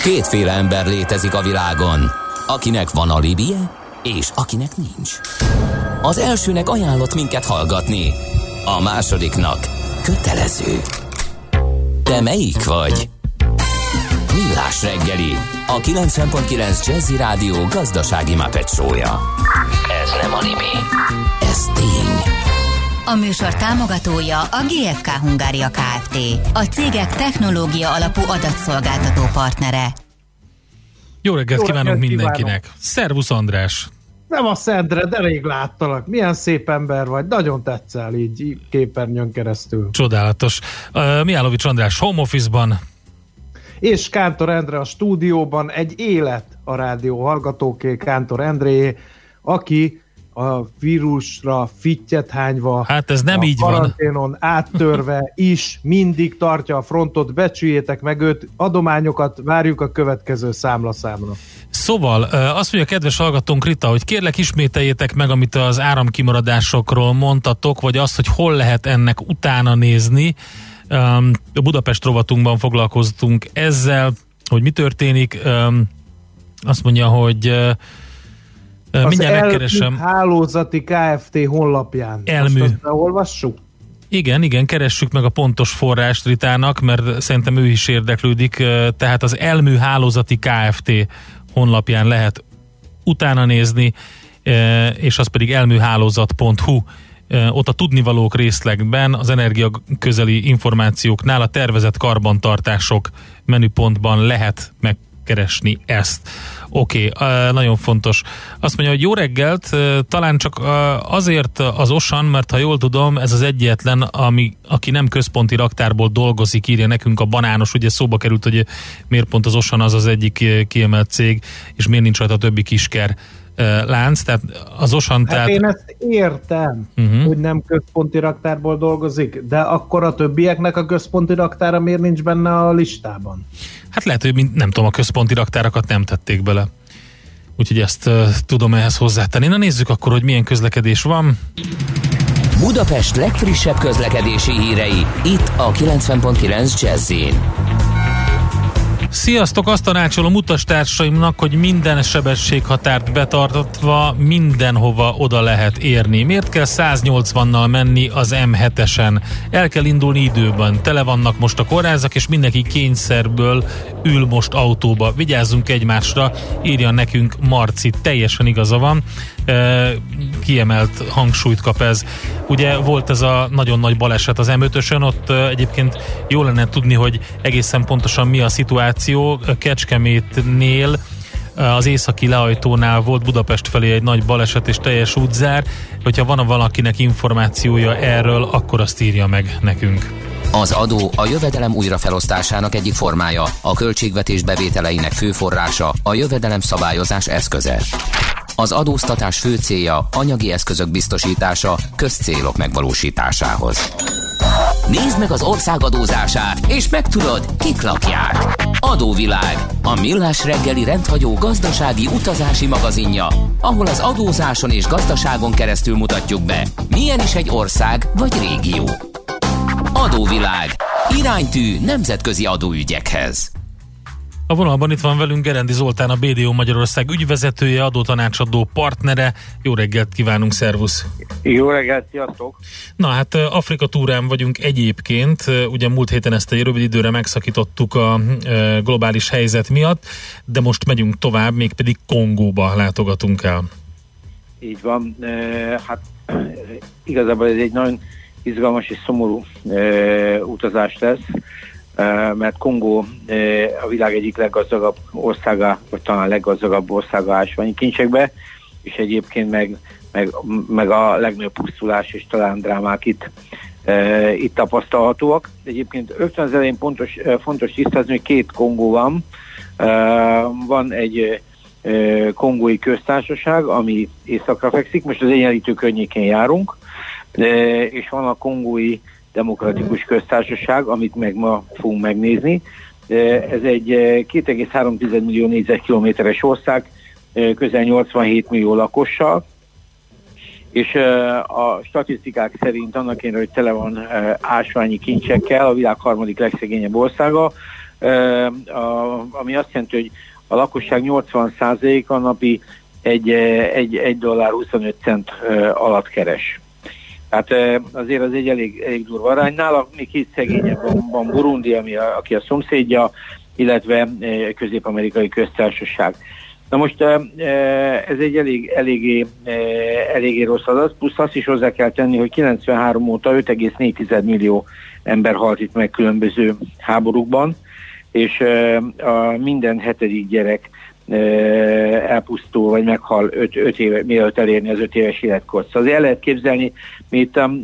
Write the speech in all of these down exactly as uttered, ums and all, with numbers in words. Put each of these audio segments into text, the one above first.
Kétféle ember létezik a világon, akinek van alibije, és akinek nincs. Az elsőnek ajánlott minket hallgatni, a másodiknak kötelező. Te melyik vagy? Millás reggeli, a kilencven pont kilenc Jazzy Rádió gazdasági Muppet show-ja. Ez nem anime, ez tény. A műsor támogatója a gé ef ká Hungária Kft. A cégek technológia alapú adatszolgáltató partnere. Jó reggelt Jó kívánunk reggelt mindenkinek! kívánok. Szervusz András! Nem a Szendre, de rég láttalak. Milyen szép ember vagy, nagyon tetszel így képernyőn keresztül. Csodálatos. Uh, Mihálovics András home office-ban. És Kántor Endre a stúdióban, egy élet a rádió hallgatóké, Kántor Endré, aki a vírusra fittyet hányva, hát ez nem a így van. karanténon áttörve is mindig tartja a frontot, becsüljétek meg őt, adományokat várjuk a következő számlaszámra. Szóval azt mondja a kedves hallgatónk Rita, hogy kérlek ismételjétek meg, amit az áramkimaradásokról mondtatok, vagy azt, hogy hol lehet ennek utána nézni. A Budapest rovatunkban foglalkoztunk ezzel, hogy mi történik. Azt mondja, hogy az mindjárt megkeresem. Hálózati Kft. Honlapján. Elmű. Most azt olvassuk? Igen, igen, keressük meg a pontos forrást Ritának, mert szerintem ő is érdeklődik. Tehát az Elmű Hálózati Kft. Honlapján lehet utána nézni, és az pedig elműhálózat pont hu. Ott a tudnivalók részlegben, az energiaközeli információknál a tervezett karbantartások menüpontban lehet megkeresni ezt. Oké, okay, nagyon fontos. Azt mondja, hogy jó reggelt, talán csak azért az Osan, mert ha jól tudom, ez az egyetlen, ami, aki nem központi raktárból dolgozik, írja nekünk a Banános, ugye szóba került, hogy miért pont az Osan az az egyik kiemelt cég, és miért nincs rajta a többi kisker lánc, tehát az Osan... Hát tehát... én ezt értem, uh-huh. hogy nem központi raktárból dolgozik, de akkor a többieknek a központi raktára miért nincs benne a listában? Hát lehet, hogy nem tudom, a központi raktárakat nem tették bele. Úgyhogy ezt uh, tudom ehhez hozzátenni. Na nézzük akkor, hogy milyen közlekedés van. Budapest legfrissebb közlekedési hírei, itt a kilencven pont kilenc Jazzyn. Sziasztok! Azt tanácsolom utastársaimnak, hogy minden sebességhatárt betartatva mindenhova oda lehet érni. Miért kell száznyolcvannal menni az em hetesen? El kell indulni időben. Tele vannak most a kórházak, és mindenki kényszerből ül most autóba. Vigyázzunk egymásra, írja nekünk Marci. Teljesen igaza van. E, kiemelt hangsúlyt kap ez. Ugye volt ez a nagyon nagy baleset az em ötösön, ott e, egyébként jó lenne tudni, hogy egészen pontosan mi a szituáció. Kecskemétnél az északi lehajtónál volt Budapest felé egy nagy baleset és teljes útzár. Hogyha van valakinek információja erről, akkor azt írja meg nekünk. Az adó a jövedelem újrafelosztásának egyik formája, a költségvetés bevételeinek fő forrása, a jövedelem szabályozás eszköze. Az adóztatás fő célja anyagi eszközök biztosítása közcélok megvalósításához. Nézd meg az ország adózását, és megtudod, kik lakják. Adóvilág, a millás reggeli rendhagyó gazdasági utazási magazinja, ahol az adózáson és gazdaságon keresztül mutatjuk be, milyen is egy ország vagy régió. Adóvilág, iránytű nemzetközi adóügyekhez. A vonalban itt van velünk Gerendi Zoltán, a bé dé o Magyarország ügyvezetője, adótanácsadó partnere. Jó reggelt kívánunk, szervusz! Jó reggelt, sziasztok! Na hát Afrika túrán vagyunk egyébként, ugye múlt héten ezt egy rövid időre megszakítottuk a globális helyzet miatt, de most megyünk tovább, mégpedig Kongóba látogatunk el. Így van, hát igazából ez egy nagyon izgalmas és szomorú utazás lesz, mert Kongó a világ egyik leggazdagabb országa, vagy talán leggazdagabb országa ásványi kincsekbe, és egyébként meg, meg, meg a legnagyobb pusztulás és talán drámák itt, itt tapasztalhatóak. Egyébként rögtön az elején pontos, fontos tisztázni, hogy két Kongó van. Van egy kongói köztársaság, ami északra fekszik, most az Egyenlítő környékén járunk, és van a kongói demokratikus köztársaság, amit meg ma fogunk megnézni. Ez egy két egész három millió négyzetkilométeres ország, közel nyolcvanhét millió lakossal, és a statisztikák szerint annak ellenére, hogy tele van ásványi kincsekkel, a világ harmadik legszegényebb országa, ami azt jelenti, hogy a lakosság nyolcvan százaléka napi egy, egy, egy dollár huszonöt cent alatt keres. Tehát azért az egy elég, elég durva arány. Nála még két szegényebb van, van Burundi, ami a, aki a szomszédja, illetve Közép-Amerikai Köztársaság. Na most ez egy elég, eléggé, eléggé rossz adat, plusz azt is hozzá kell tenni, hogy kilencvenhárom óta öt egész négy millió ember halt itt meg különböző háborúkban, és a minden hetedik gyerek elpusztul, vagy meghal öt éve, mielőtt elérni az öt éves életkort. Szóval el lehet képzelni, mint a,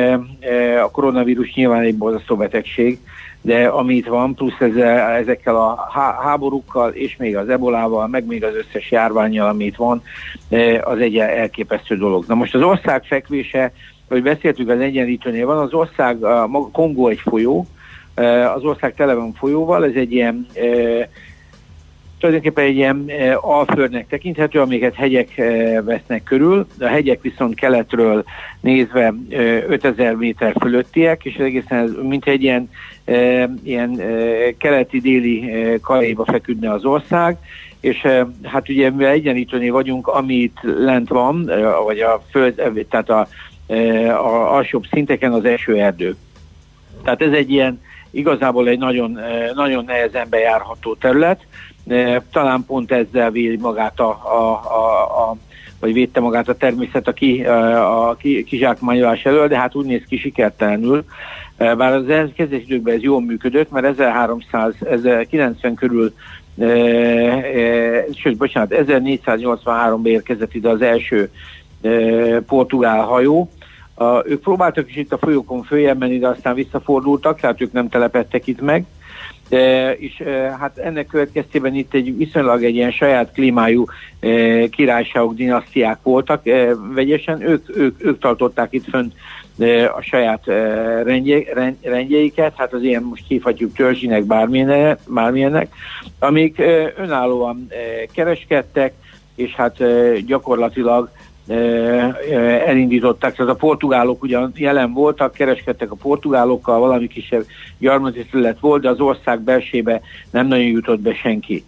a koronavírus nyilván egy borzasztó betegség, de amit van, plusz ezzel, ezekkel a háborúkkal, és még az ebolával, meg még az összes járvánnyal, amit van, az egy elképesztő dolog. Na most az ország fekvése, hogy beszéltük az egyenlítőnél van, az ország, a Kongó egy folyó, az ország tele van folyóval, ez egy ilyen tulajdonképpen egy ilyen e, alföldnek tekinthető, amiket hegyek e, vesznek körül. A hegyek viszont keletről nézve e, ötezer méter fölöttiek, és egészen ez, mint egy ilyen, e, ilyen e, keleti-déli e, karéba feküdne az ország, és e, hát ugye mivel egyenlítőnél vagyunk, amit lent van, e, vagy a föld, tehát a, e, a alsóbb szinteken az esőerdő. Tehát ez egy ilyen igazából egy nagyon, e, nagyon nehezen bejárható terület. Talán pont ezzel védi magát a, a, a, a vagy védte magát a természet a, ki, a ki, kizsákmányolás elől, de hát úgy néz ki sikertelenül. Bár az kezdeti időkben ez jól működött, mert ezerháromszáz kilencven körül, e, e, sőt, bocsánat, ezernégyszáznyolcvanháromban érkezett ide az első e, portugál hajó. A, ők próbáltak is itt a folyókon följebb menni, de aztán visszafordultak, tehát ők nem telepedtek itt meg. E, és e, hát ennek következtében itt egy viszonylag egy ilyen saját klímájú e, királyságok, dinasztiák voltak e, vegyesen, ők, ők, ők tartották itt fönt e, a saját e, rendje, rend, rendjeiket, hát az ilyen most hívhatjuk törzsinek, bármilyenek, bármilyenek amik e, önállóan e, kereskedtek, és hát e, gyakorlatilag elindították, tehát a portugálok ugyan jelen voltak, kereskedtek a portugálokkal, valami kisebb gyarmati terület volt, de az ország belsébe nem nagyon jutott be senki.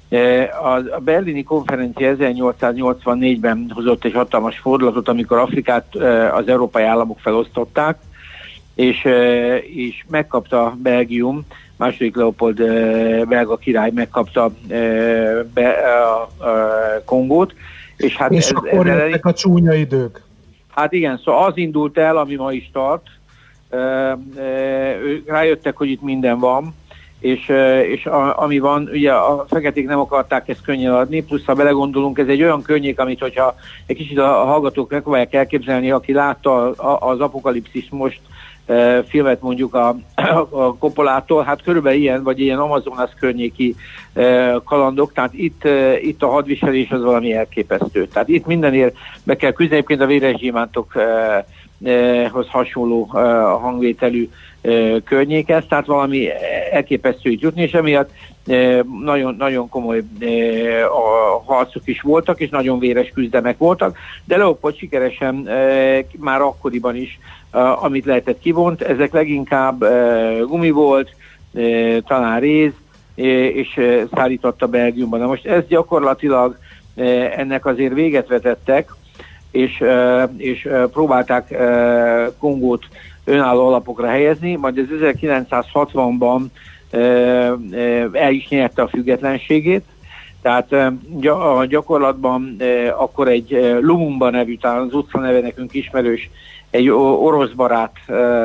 A berlini konferencia ezernyolcszáznyolcvannégyben hozott egy hatalmas fordulatot, amikor Afrikát az európai államok felosztották, és, és megkapta Belgium, második Leopold belga király megkapta a Kongót, és, hát és ez, akkor ez jöttek a csúnya idők. Hát igen, szóval az indult el, ami ma is tart. Rájöttek, hogy itt minden van, és, és a, ami van, ugye a feketék nem akarták ezt könnyen adni, plusz ha belegondolunk, ez egy olyan környék, amit hogyha egy kicsit a, a hallgatók megpróbálják elképzelni, aki látta az Apokalipszis most filmet mondjuk a, a Coppolától, hát körülbelül ilyen, vagy ilyen Amazonas környéki kalandok, tehát itt, itt a hadviselés az valami elképesztő. Tehát itt mindenért be kell küzdeni, egyébként a véres gyémántokhoz hasonló hangvételű környék ez, tehát valami elképesztő itt jutni, és emiatt nagyon, nagyon komoly harcok is voltak, és nagyon véres küzdemek voltak, de Leopold sikeresen már akkoriban is, amit lehetett kivont, ezek leginkább gumi volt, talán réz, és szállította Belgiumban. Na most ez gyakorlatilag ennek azért véget vetettek, és, és próbálták Kongót önálló alapokra helyezni, majd az ezerkilencszázhatvanban el is nyerte a függetlenségét, tehát a gyakorlatban akkor egy Lumumba nevű, talán az utca neve nekünk ismerős, egy orosz barát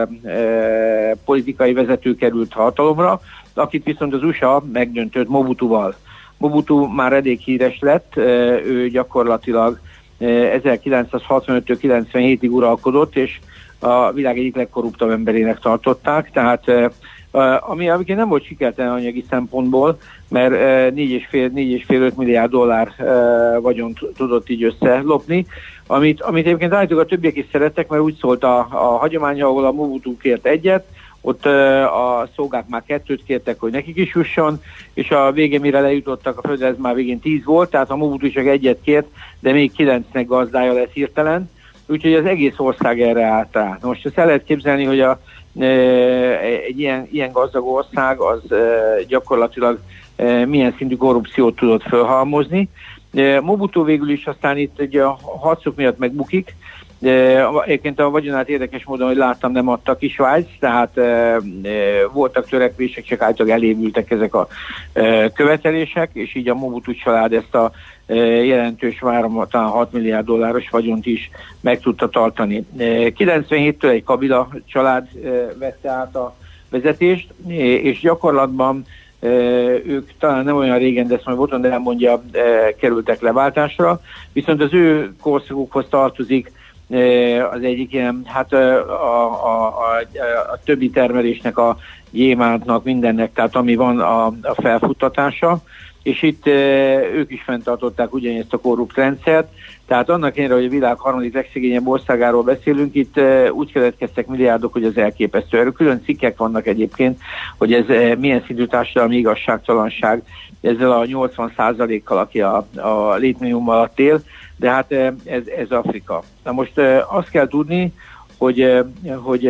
politikai vezető került hatalomra, akit viszont az u es á megdöntött Mobutuval. Mobutu már elég híres lett, ő gyakorlatilag ezerkilencszázhatvanöttől kilencvenhétig uralkodott, és a világ egyik legkorruptabb emberének tartották, tehát ami amiket nem volt sikertelen anyagi szempontból, mert négy egész öt milliárd dollár vagyont tudott így összelopni, amit, amit egyébként állítólag a többiek is szerettek, mert úgy szólt a, a hagyomány, ahol a Mobutu kért egyet, ott a szolgák már kettőt kértek, hogy nekik is jusson, és a végén, mire lejutottak a földre, ez már végén tíz volt, tehát a Mobutu csak egyet kért, de még kilencnek gazdája lesz hirtelen, úgyhogy az egész ország erre állt rá. Most ezt el lehet képzelni, hogy a egy ilyen, ilyen gazdag ország az gyakorlatilag milyen szintű korrupciót tudott felhalmozni. Mobutu végül is aztán itt ugye a harcok miatt megbukik. Egyébként a vagyonát érdekes módon, hogy láttam, nem adta ki Svájc, tehát e, e, voltak törekvések, csak általában elévültek ezek a e, követelések, és így a Mobutu család ezt a e, jelentős, várom, talán hat milliárd dolláros vagyont is meg tudta tartani. E, kilencvenhéttől egy Kabila család e, vette át a vezetést, e, és gyakorlatban e, ők talán nem olyan régen, de ezt majd Botond elmondja, e, kerültek leváltásra, viszont az ő korszakukhoz tartozik az egyik ilyen, hát a, a, a, a többi termelésnek, a gyémántnak, mindennek, tehát ami van a, a felfuttatása, és itt ők is fenntartották ugyanezt a korrupt rendszert, tehát annak ellenére, hogy a világ harmadik legszegényebb országáról beszélünk, itt úgy keletkeztek milliárdok, hogy az elképesztő. Erről külön cikkek vannak egyébként, hogy ez milyen szintű társadalmi igazságtalanság ezzel a nyolcvan százalékkal, aki a, a létminimum alatt él, de hát ez, ez Afrika. Na most azt kell tudni, hogy, hogy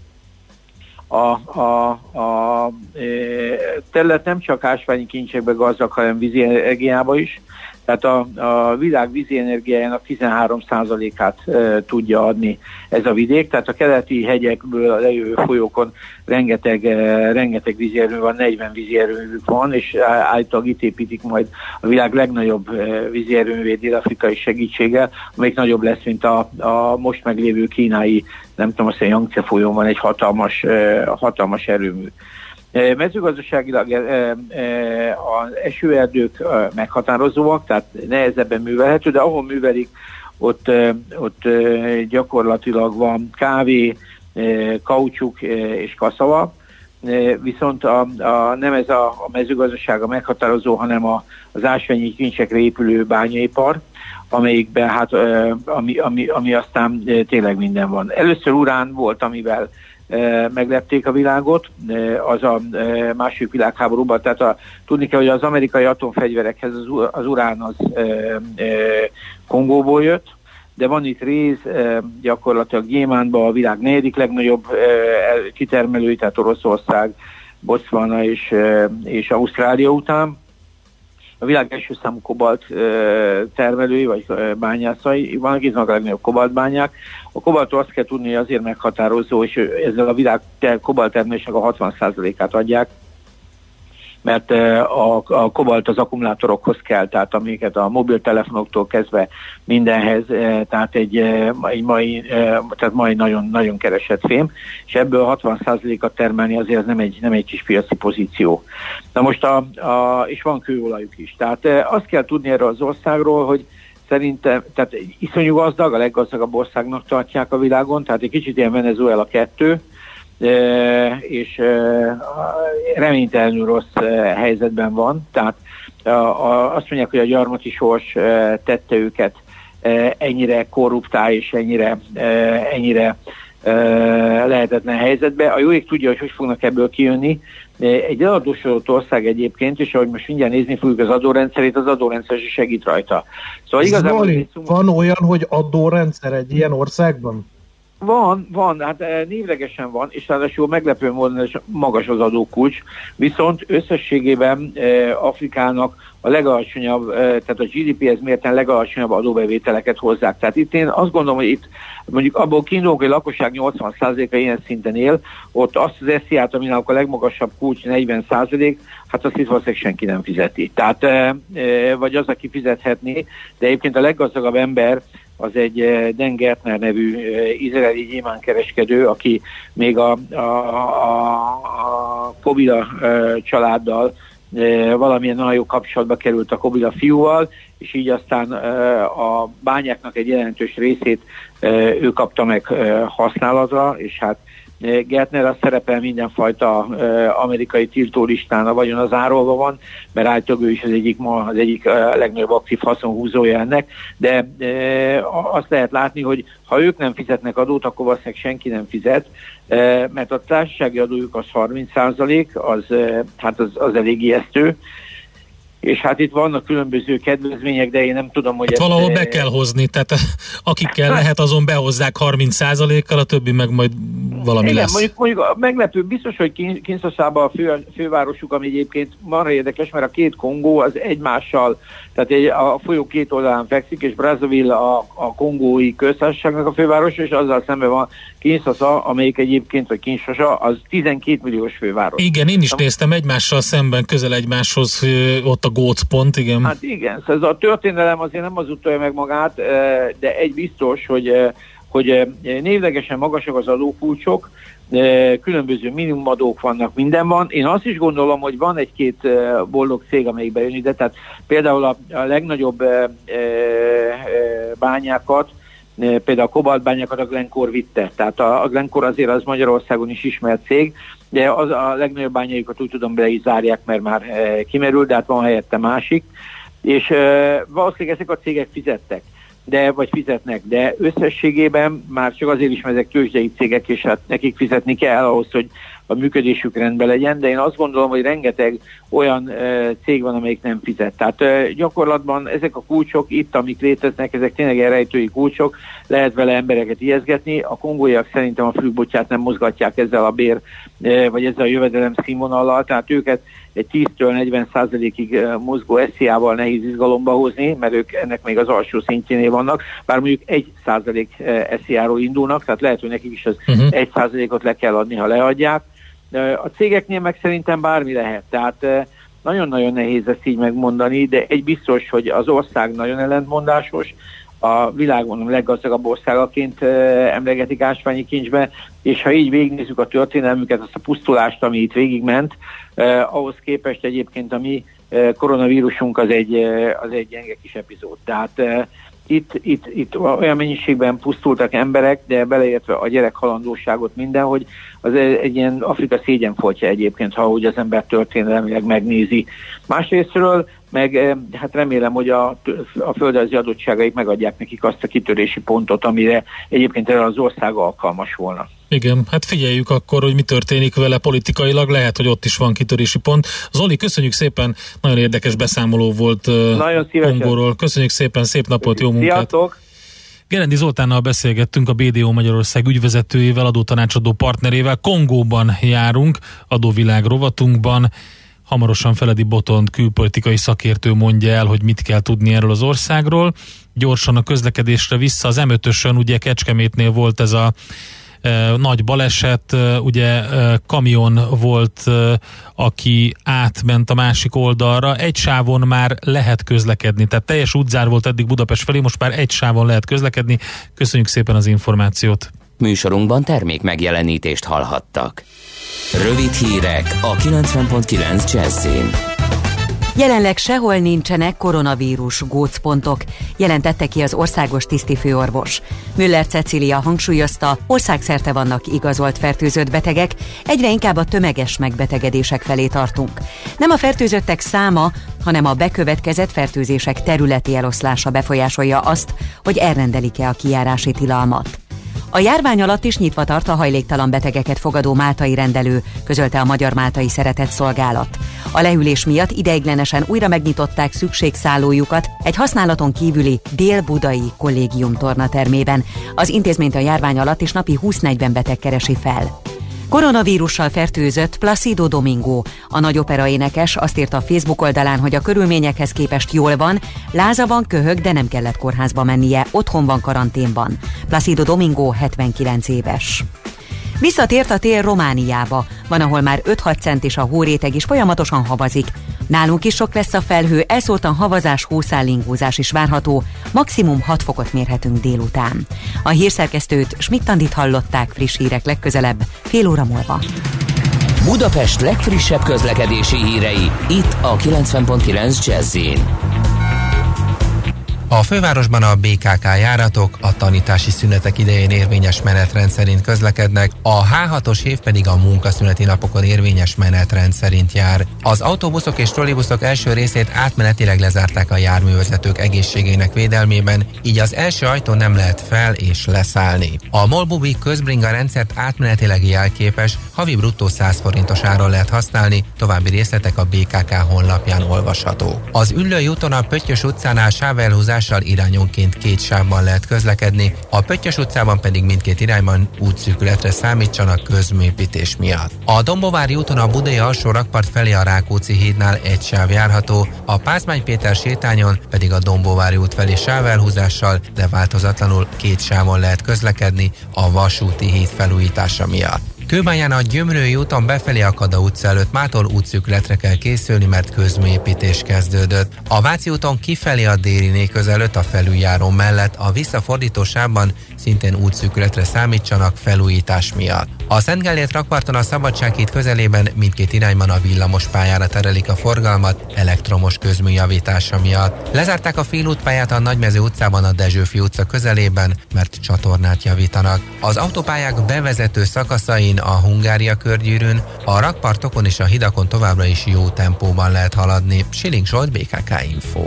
a, a, a terület nem csak ásványi kincsekbe gazdag, hanem vízi energiába is. Tehát a, a világ vízi energiájának tizenhárom százalékát e, tudja adni ez a vidék. Tehát a keleti hegyekből a lejövő folyókon rengeteg, e, rengeteg vízi erő van, negyven vízi erőművük van, és állítólag itt építik majd a világ legnagyobb e, vízi erőművét dél-afrikai segítséggel, amelyik nagyobb lesz, mint a, a most meglévő kínai, nem tudom, azt mondja, Yangtze folyón van egy hatalmas, e, hatalmas erőmű. Mezőgazdaságilag az esőerdők meghatározóak, tehát nehezebben művelhető, de ahol művelik, ott, ott gyakorlatilag van kávé, kaucsuk és kaszava, viszont a, a, nem ez a, a mezőgazdaság a meghatározó, hanem a, az ásványi kincsekre épülő bányaipar, amelyikben hát, ami, ami, ami aztán tényleg minden van. Először urán volt, amivel meglepték a világot, az a második világháborúban, tehát a, tudni kell, hogy az amerikai atomfegyverekhez az, az urán az e, e, Kongóból jött, de van itt rész, e, gyakorlatilag gyémántban a világ negyedik legnagyobb e, kitermelői, tehát Oroszország, Botswana és, e, és Ausztrália után. A világ első számú kobalt e, termelői, vagy e, bányászai, vannak itt a legnagyobb kobaltbányák. A kobaltról azt kell tudni, hogy azért meghatározó, és ezzel a világ kobalt termelésnek a hatvan százalékát adják, mert a, a kobalt az akkumulátorokhoz kell, tehát amiket a mobiltelefonoktól kezdve mindenhez, tehát egy, egy mai, tehát mai nagyon, nagyon keresett fém, és ebből hatvan százalékat termelni azért ez nem egy, nem egy kis piaci pozíció. Na most, a, a, és van kőolajuk is. Tehát azt kell tudni erről az országról, hogy szerintem, tehát iszonyú gazdag, a leggazdagabb országnak tartják a világon, tehát egy kicsit ilyen Venezuela kettő, és reménytelenül rossz helyzetben van, tehát azt mondják, hogy a gyarmati sors tette őket ennyire korruptá és ennyire, ennyire lehetetlen helyzetbe. A jó ég tudja, hogy hogy fognak ebből kijönni. Egy eladósodott ország egyébként, és ahogy most mindjárt nézni fogjuk az adórendszerét, az adórendszer is segít rajta. Szóval igazából... Zoli, van olyan, hogy adórendszer egy ilyen országban? Van, van, hát névlegesen van, és ráadásul meglepő módon magas az adókulcs, viszont összességében eh, Afrikának a legalacsonyabb, eh, tehát a gé dé péhez mérten legalacsonyabb adóbevételeket hozzák. Tehát itt én azt gondolom, hogy itt mondjuk abból kiindulunk, hogy a lakosság nyolcvan százaléka ilyen szinten él, ott azt az es zé á-t, aminek a legmagasabb kulcs negyven százalék, hát azt itt valószínűleg senki nem fizeti. Tehát, eh, vagy az, aki fizethetné, de egyébként a leggazdagabb ember az egy Dan Gertner nevű izraeli gyémánkereskedő, aki még a, a, a, a Kobila családdal valamilyen nagyon jó kapcsolatba került a Kobila fiúval, és így aztán a bányáknak egy jelentős részét ő kapta meg használatra, és hát Gertner az szerepel mindenfajta uh, amerikai tiltólistán, a vagyon az árolva van, mert általában ő is az egyik, ma az egyik uh, legnagyobb aktív haszonhúzója ennek, de uh, azt lehet látni, hogy ha ők nem fizetnek adót, akkor valószínűleg senki nem fizet, uh, mert a társasági adójuk az harminc százalék, az, uh, hát az, az elég ijesztő, és hát itt vannak különböző kedvezmények, de én nem tudom, hogy... Hát ezt valahol be kell hozni, tehát akikkel lehet, azon behozzák harminc százalékkal, a többi meg majd valami igen, lesz. Mondjuk, mondjuk meglepő, biztos, hogy Kinshasa a fő, fővárosuk, ami egyébként marha érdekes, mert a két Kongó az egymással, tehát egy, a folyó két oldalán fekszik, és Brazzaville a, a kongói köztársaságnak a főváros, és azzal szemben van Kinshasa, amelyik egyébként, vagy Kinshasa, az tizenkét milliós főváros. Igen, én is Na, néztem egymással szemben, közel egymáshoz, ott a gócpont, igen. Hát igen, szóval ez a történelem azért nem az utolja meg magát, de egy biztos, hogy, hogy névlegesen magasak az adókulcsok, különböző minimumadók vannak, minden van. Én azt is gondolom, hogy van egy-két boldog cég, amelyik bejön ide, tehát például a, a legnagyobb bányákat, például a kobaltbányákat a Glencore vitte. Tehát a, a Glencore azért az Magyarországon is ismert cég, de az a legnagyobb bányaikat úgy tudom be is zárják, mert már e, kimerül, de hát van helyette másik. És e, valószínűleg ezek a cégek fizettek, de, vagy fizetnek, de összességében már csak azért is, mert ezek tőzsdei cégek, és hát nekik fizetni kell ahhoz, hogy a működésük rendben legyen, de én azt gondolom, hogy rengeteg olyan e, cég van, amelyik nem fizet. Tehát e, gyakorlatban ezek a kulcsok itt, amik léteznek, ezek tényleg rejtői kulcsok, lehet vele embereket ijeszgetni. A kongóiak szerintem a fülbotját nem mozgatják ezzel a bér, e, vagy ezzel a jövedelem színvonallal, tehát őket egy tíztől negyven százalékig mozgó es zé á-val nehéz izgalomba hozni, mert ők ennek még az alsó szintjénél vannak, bár mondjuk egy százalék es zé á-ról indulnak, tehát lehet, hogy nekik is az uh-huh. egy százalékot le kell adni, ha leadják. A cégeknél meg szerintem bármi lehet, tehát nagyon-nagyon nehéz ezt így megmondani, de egy biztos, hogy az ország nagyon ellentmondásos, a világon a leggazdagabb országaként emlegetik ásványi kincsbe, és ha így végignézzük a történelmüket, azt a pusztulást, ami itt végigment, eh, ahhoz képest egyébként a mi eh, koronavírusunk az egy, eh, az egy gyenge kis epizód. Tehát eh, itt, itt, itt olyan mennyiségben pusztultak emberek, de beleértve a gyerekhalandóságot minden, hogy az egy ilyen Afrika szégyenfoltja egyébként, ha úgy az ember történelmileg megnézi. Másrésztről meg hát remélem, hogy a, a földrajzi adottságaik megadják nekik azt a kitörési pontot, amire egyébként erre az ország alkalmas volna. Igen, hát figyeljük akkor, hogy mi történik vele politikailag, lehet, hogy ott is van kitörési pont. Zoli, köszönjük szépen, nagyon érdekes beszámoló volt Kongóról. Köszönjük szépen, szép napot, jó munkát! Sziasztok! Gerendi Zoltánnal beszélgettünk, a bé dé o Magyarország ügyvezetőjével, adótanácsadó partnerével. Kongóban járunk, adóvilág rovatunkban. Hamarosan Feledi Botond külpolitikai szakértő mondja el, hogy mit kell tudni erről az országról. Gyorsan a közlekedésre vissza, az em ötösön ugye Kecskemétnél volt ez a e, nagy baleset, e, ugye e, kamion volt, e, aki átment a másik oldalra. Egy sávon már lehet közlekedni, tehát teljes útzár volt eddig Budapest felé, most már egy sávon lehet közlekedni. Köszönjük szépen az információt. Műsorunkban termék megjelenítést hallhattak. Rövid hírek a kilencven pont kilenc Jazzyn. Jelenleg sehol nincsenek koronavírus gócpontok, jelentette ki az országos tisztifőorvos. Müller Cecília hangsúlyozta, országszerte vannak igazolt fertőzött betegek, egyre inkább a tömeges megbetegedések felé tartunk. Nem a fertőzöttek száma, hanem a bekövetkezett fertőzések területi eloszlása befolyásolja azt, hogy elrendelik-e a kijárási tilalmat. A járvány alatt is nyitva tart a hajléktalan betegeket fogadó máltai rendelő, közölte a Magyar Máltai Szeretett Szolgálat. A leülés miatt ideiglenesen újra megnyitották szükségszállójukat egy használaton kívüli dél-budai kollégium tornatermében. Az intézményt a járvány alatt is napi húsz-negyven beteg keresi fel. Koronavírussal fertőzött Placido Domingo. A nagyopera énekes azt írta a Facebook oldalán, hogy a körülményekhez képest jól van, láza van, köhög, de nem kellett kórházba mennie, otthon van karanténban. Placido Domingo hetvenkilenc éves. Visszatért a tél Romániába. Van, ahol már öt-hat centis a hóréteg is folyamatosan havazik. Nálunk is sok lesz a felhő, elszórtan havazás, hószállingózás is várható, maximum hat fokot mérhetünk délután. A hírszerkesztőt, Schmidt-Andit hallották, friss hírek legközelebb, fél óra múlva. Budapest legfrissebb közlekedési hírei, itt a kilencven pont kilenc Jazzyn. A fővárosban a bé ká ká járatok a tanítási szünetek idején érvényes menetrend szerint közlekednek, a há hatos hév pedig a munkaszüneti napokon érvényes menetrend szerint jár. Az autóbuszok és trollibuszok első részét átmenetileg lezárták a járművezetők egészségének védelmében, így az első ajtón nem lehet fel és leszállni. A Molbubi közbringa rendszert átmenetileg jelképes, havi bruttó száz forintos áron lehet használni, további részletek a bé ká ká honlapján olvasható. Az Üllői úton a Pöttyös utcánál sávelhúzással irányonként két sávban lehet közlekedni, a Pöttyös utcában pedig mindkét irányban útszűkületre számítsanak közműépítés miatt. A Dombovári úton a Budai alsó rakpart felé a Rákóczi hídnál egy sáv járható, a Pázmány Péter sétányon pedig a Dombovári út felé sávelhúzással, de változatlanul két sávon lehet közlekedni a Vasúti híd felújítása miatt. Kőbányán a Gyömrői úton befelé a Kada utca előtt mától útszűkületre kell készülni, mert közműépítés kezdődött. A Váci úton kifelé a Dériné közelött a felüljáró mellett, a visszafordító sávban szintén útszűkületre számítsanak felújítás miatt. A Szent Gellért rakparton a Szabadsághíd közelében mindkét irányban a villamos pályára terelik a forgalmat elektromos közmű javítása miatt. Lezárták a félútpályát a Nagymező utcában a Dezsőfi utca közelében, mert csatornát javítanak. Az autópályák bevezető szakaszain a Hungária körgyűrűn, a rakpartokon és a hidakon továbbra is jó tempóban lehet haladni. Siling Zsolt, bé ká ká Info.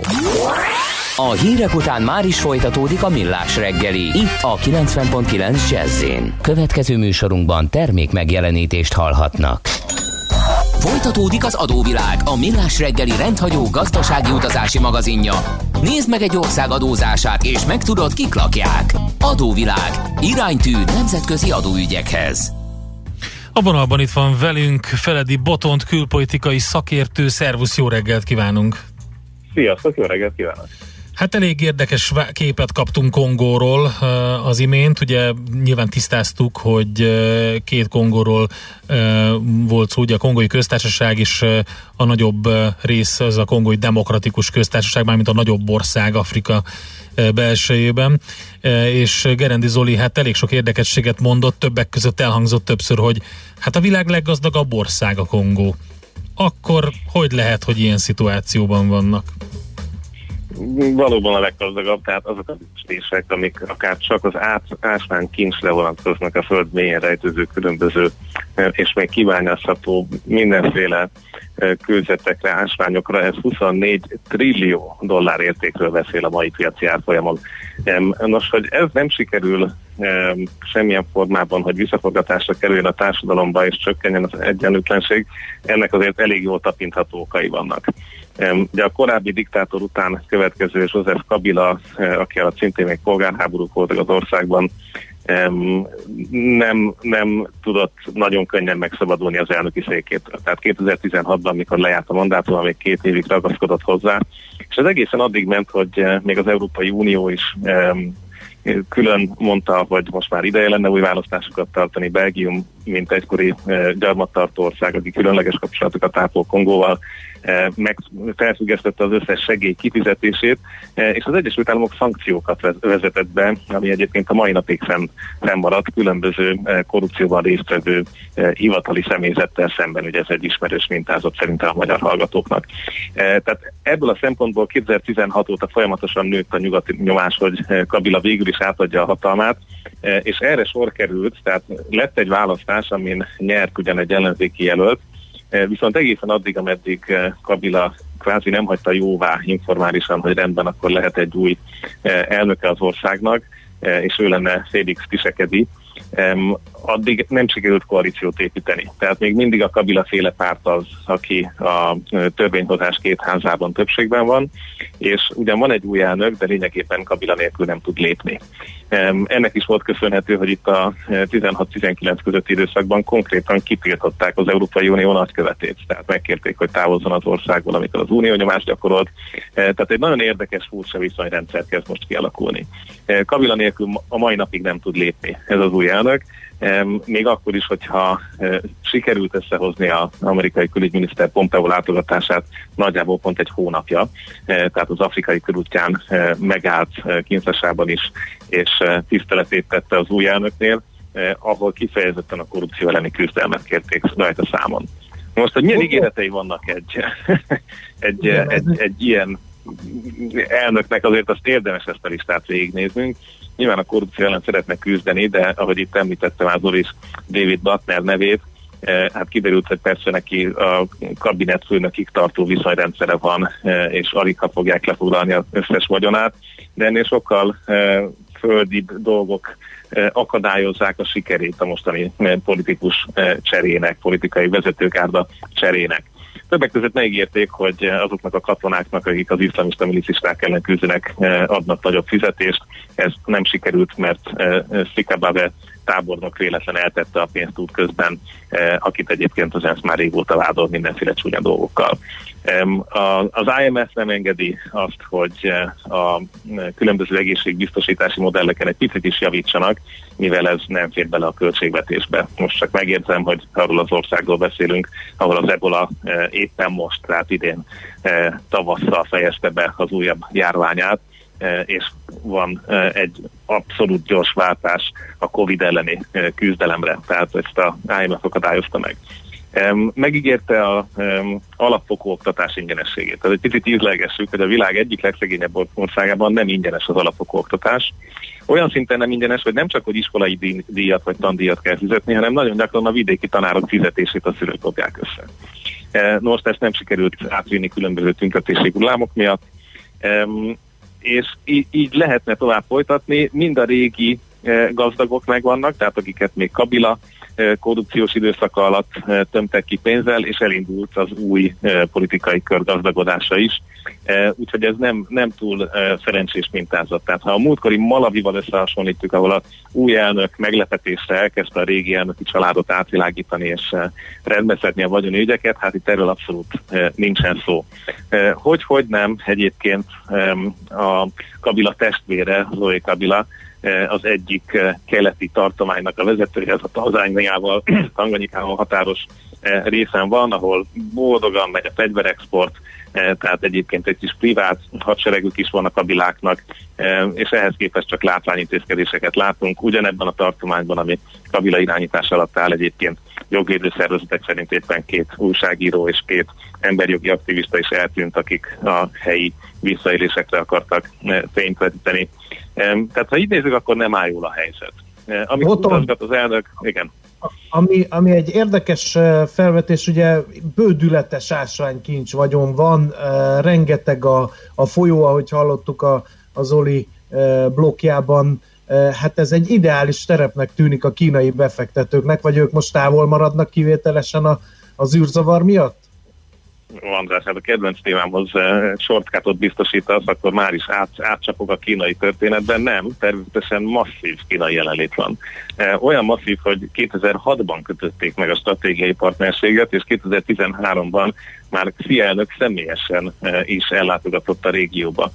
A hírek után már is folytatódik a Millás reggeli, itt a kilencven pont kilenc Jazz-én. Következő műsorunkban termék megjelenítést hallhatnak. Folytatódik az adóvilág, a Millás reggeli rendhagyó gazdasági utazási magazinja. Nézd meg egy ország adózását, és megtudod, kik lakják. Adóvilág. Iránytű nemzetközi adóügyekhez. A vonalban itt van velünk Feledi Botont, külpolitikai szakértő. Szervusz, jó reggelt kívánunk! Sziasztok, jó reggelt kívánok! Hát elég érdekes képet kaptunk Kongóról az imént, ugye nyilván tisztáztuk, hogy két Kongóról volt szó, ugye a Kongói Köztársaság és a nagyobb rész az a Kongói Demokratikus Köztársaság, mármint a nagyobb ország Afrika belsejében, és Gerendi Zoli hát elég sok érdekességet mondott, többek között elhangzott többször, hogy hát a világ leggazdagabb ország a Kongó. Akkor hogy lehet, hogy ilyen szituációban vannak? Valóban a leggazdagabb, tehát azok az becslések, amik akár csak az át, ásvány kincsre vonatkoznak, a föld mélyén rejtőző különböző és még kibányászható mindenféle kőzetekre, ásványokra, ez huszonnégy trillió dollár értékről beszél a mai piaci árfolyamon. Nos, hogy ez nem sikerül semmilyen formában, hogy visszaforgatásra kerüljön a társadalomba és csökkenjen az egyenlőtlenség, ennek azért elég jól tapintható okai vannak. Ugye a korábbi diktátor után következő Joseph Kabila, aki alatt szintén még polgárháborúk voltak az országban, nem, nem tudott nagyon könnyen megszabadulni az elnöki székétől. Tehát kétezer-tizenhatban, amikor lejárt a mandátum, még két évig ragaszkodott hozzá, és ez egészen addig ment, hogy még az Európai Unió is külön mondta, hogy most már ideje lenne új választásokat tartani. Belgium, mint egykori gyarmattartó ország, aki különleges kapcsolatokat ápol Kongóval, meg felfüggesztette az összes segély kifizetését, és az Egyesült Államok szankciókat vezetett be, ami egyébként a mai napig fenn, fennmaradt különböző korrupcióban résztvevő hivatali személyzettel szemben, ugye ez egy ismerős mintázat szerintem a magyar hallgatóknak. Tehát ebből a szempontból kétezer-tizenhat óta folyamatosan nőtt a nyugati nyomás, hogy Kabila végül is átadja a hatalmát, és erre sor került, tehát lett egy választás, amin nyert ugyan egy ellenzéki jelölt, viszont egészen addig, ameddig Kabila kvázi nem hagyta jóvá informálisan, hogy rendben, akkor lehet egy új elnöke az országnak, és ő lenne Félix Tshisekedi, addig nem sikerült koalíciót építeni. Tehát még mindig a Kabila féle párt az, aki a törvényhozás két házában többségben van, és ugyan van egy új elnök, de lényegében Kabila nélkül nem tud lépni. Ennek is volt köszönhető, hogy itt a tizenhat-tizenkilenc közötti időszakban konkrétan kitiltották az Európai Unió nagykövetét. Tehát megkérték, hogy távozzon az országból, amikor az Unió nyomást gyakorolt. Tehát egy nagyon érdekes, furcsa viszonyrendszer kezd most kialakulni. Kabila nélkül a mai napig nem tud lépni ez az új elnök. Még akkor is, hogyha sikerült összehozni az amerikai külügyminiszter Pompeo látogatását nagyjából pont egy hónapja, tehát az afrikai körútján megállt Kinshasában is, és tiszteletét tette az új elnöknél, ahol kifejezetten a korrupció elleni küzdelmet kérték rajta számon. Most, hogy milyen ígéretei vannak egy, egy, egy, egy ilyen elnöknek azért azt érdemes ezt a listát végignéznünk. Nyilván a korrupció ellen szeretne küzdeni, de ahogy itt említettem az Doris David Butler nevét, hát kiderült, hogy persze neki a kabinetfőnökig tartó viszonyrendszere van, és alig ha fogják lefoglalni az összes vagyonát, de ennél sokkal földibb dolgok akadályozzák a sikerét a mostani politikus cserének, politikai vezetőkárda cserének. Többek között megígérték, hogy azoknak a katonáknak, akik az iszlamista milicisták ellen küzdenek, adnak nagyobb fizetést. Ez nem sikerült, mert Szikabave tábornok véletlen eltette a pénzt útközben, akit egyébként az ENSZ már régóta vádol mindenféle csúnya dolgokkal. Az I M F nem engedi azt, hogy a különböző egészségbiztosítási modelleken egy picit is javítsanak, mivel ez nem fér bele a költségvetésbe. Most csak megérzem, hogy arról az országról beszélünk, ahol az ebola éppen most, tehát idén tavasszal fejezte be az újabb járványát, és van egy abszolút gyors váltás a Covid elleni küzdelemre, tehát ezt a I M F akadályozta meg. Megígérte a alapfokú oktatás ingyenességét. Tehát egy picit ízlelgessük, hogy a világ egyik legszegényebb országában nem ingyenes az alapfokú oktatás. Olyan szinten nem ingyenes, hogy nem csak, hogy iskolai díjat vagy tandíjat kell fizetni, hanem nagyon gyakran a vidéki tanárok fizetését a szülők dobják össze. Most ezt nem sikerült átvinni különböző tüntetési hullámok miatt, és így, így lehetne tovább folytatni. Mind a régi gazdagok megvannak, tehát akiket még Kabila korrupciós időszaka alatt tömtek ki pénzzel, és elindult az új politikai kör gazdagodása is. Úgyhogy ez nem, nem túl szerencsés mintázat. Tehát ha a múltkori Malavival összehasonlítjuk, ahol az új elnök meglepetésre elkezdte a régi elnöki családot átvilágítani és rendbeszedni a vagyoni ügyeket, hát itt erről abszolút nincsen szó. Hogy, hogy nem, egyébként a Kabila testvére, Zoe Kabila, az egyik keleti tartománynak a vezetője, az a Tanzányával, Tanganyikával határos részen van, ahol boldogan megy a fegyverexport, tehát egyébként egy kis privát hadseregük is van a Kabiláknak, és ehhez képest csak látványintézkedéseket látunk. Ugyanebben a tartományban, ami Kabila irányítás alatt áll, egyébként jogvédő szervezetek szerint éppen két újságíró és két emberjogi aktivista is eltűnt, akik a helyi visszaélésekre akartak fényt vetíteni. Tehát ha így nézzük, akkor nem áll jól a helyzet. Amit utazgat az elnök, igen. Ami, ami egy érdekes felvetés, ugye bődületes ásványkincs vagyon van, rengeteg a, a folyó, ahogy hallottuk a, a Zoli blokkjában, hát ez egy ideális terepnek tűnik a kínai befektetőknek, vagy ők most távol maradnak kivételesen a, az űrzavar miatt? András, hát a kedvenc témámhoz shortcutot biztosítasz, akkor már is át, átcsapok a kínai történetben. Nem, természetesen masszív kínai jelenlét van. Olyan masszív, hogy kétezer-hatban kötötték meg a stratégiai partnerséget, és kétezer-tizenháromban már Xi elnök személyesen is ellátogatott a régióba.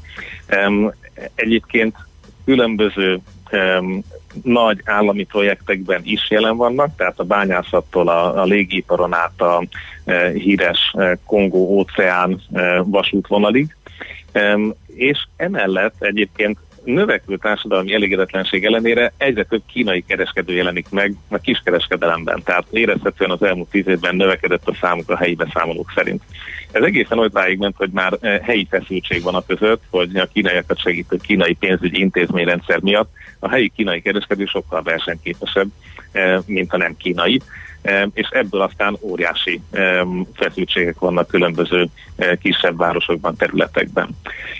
Egyébként különböző Um, nagy állami projektekben is jelen vannak, tehát a bányászattól a, a légiparon át a e, híres e, Kongó-óceán e, vasútvonalig, um, és emellett egyébként növekvő társadalmi elégedetlenség ellenére egyre több kínai kereskedő jelenik meg a kiskereskedelemben, tehát érezhetően az elmúlt tíz évben növekedett a számuk a helyi beszámolók szerint. Ez egészen olytáig ment, hogy már helyi feszültség van a között, hogy a kínaiakat segítő kínai pénzügyi intézményrendszer miatt a helyi kínai kereskedő sokkal versenyképesebb, mint a nem kínai, és ebből aztán óriási feszültségek vannak különböző kisebb városokban, területekben.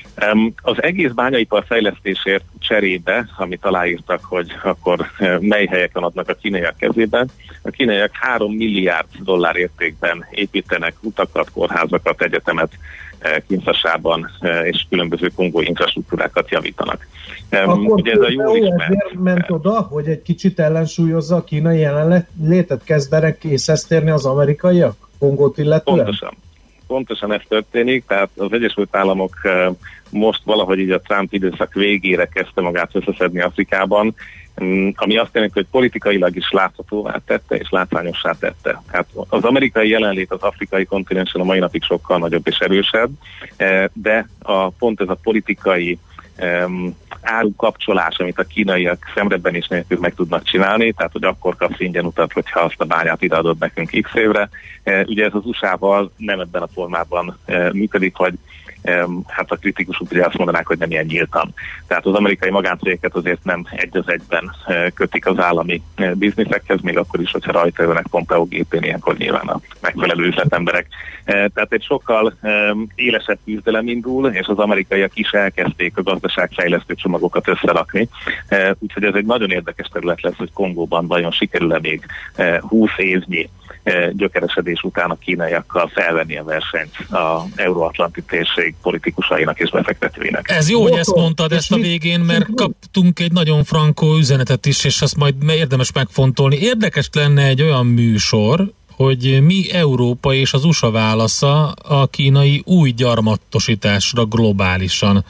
Az egész bányaipar fejlesztésért cserébe, amit aláírtak, hogy akkor mely helyeken adnak a kínaiak kezében, a kínaiak három milliárd dollár értékben építenek utakat, kórházakat, egyetemet Kinshasában, és különböző kongói infrastruktúrákat javítanak. Akkor ugye ez a jó ismert ment oda, hogy egy kicsit ellensúlyozza a kínai jelenlétet, kezdenek észhez térni az amerikaiak Kongót illetően? Pontosan. Pontosan ez történik, tehát az Egyesült Államok most valahogy így a Trump időszak végére kezdte magát összeszedni Afrikában, ami azt jelenti, hogy politikailag is láthatóvá tette és látványossá tette. Hát az amerikai jelenlét az afrikai kontinensen a mai napig sokkal nagyobb és erősebb, de a, pont ez a politikai um, árukapcsolás, amit a kínaiak szemrebben is nélkül meg tudnak csinálni, tehát hogy akkor kapsz ingyen utat, hogyha azt a bányát ideadod nekünk x évre. Ugye ez az u es á-val nem ebben a formában működik, hogy hát a kritikusok ugye azt mondanák, hogy nem ilyen nyíltan. Tehát az amerikai magáncégeket azért nem egy az egyben kötik az állami bizniszekhez, még akkor is, hogyha rajta jönnek Pompeo gépén, ilyenkor nyilván a megfelelő üzletemberek. Tehát egy sokkal élesebb küzdelem indul, és az amerikaiak is elkezdték a gazdaságfejlesztő csomagokat összerakni. Úgyhogy ez egy nagyon érdekes terület lesz, hogy Kongóban vajon sikerül-e még húsz évnyi gyökeresedés után a kínaiakkal felvenni a versenyt az euróatlanti térség politikusainak és befektetőinek. Ez jó, hogy ezt mondtad ezt a végén, mert kaptunk egy nagyon frankó üzenetet is, és azt majd érdemes megfontolni. Érdekes lenne egy olyan műsor, hogy mi Európa és az u es á válasza a kínai új gyarmatosításra globálisan.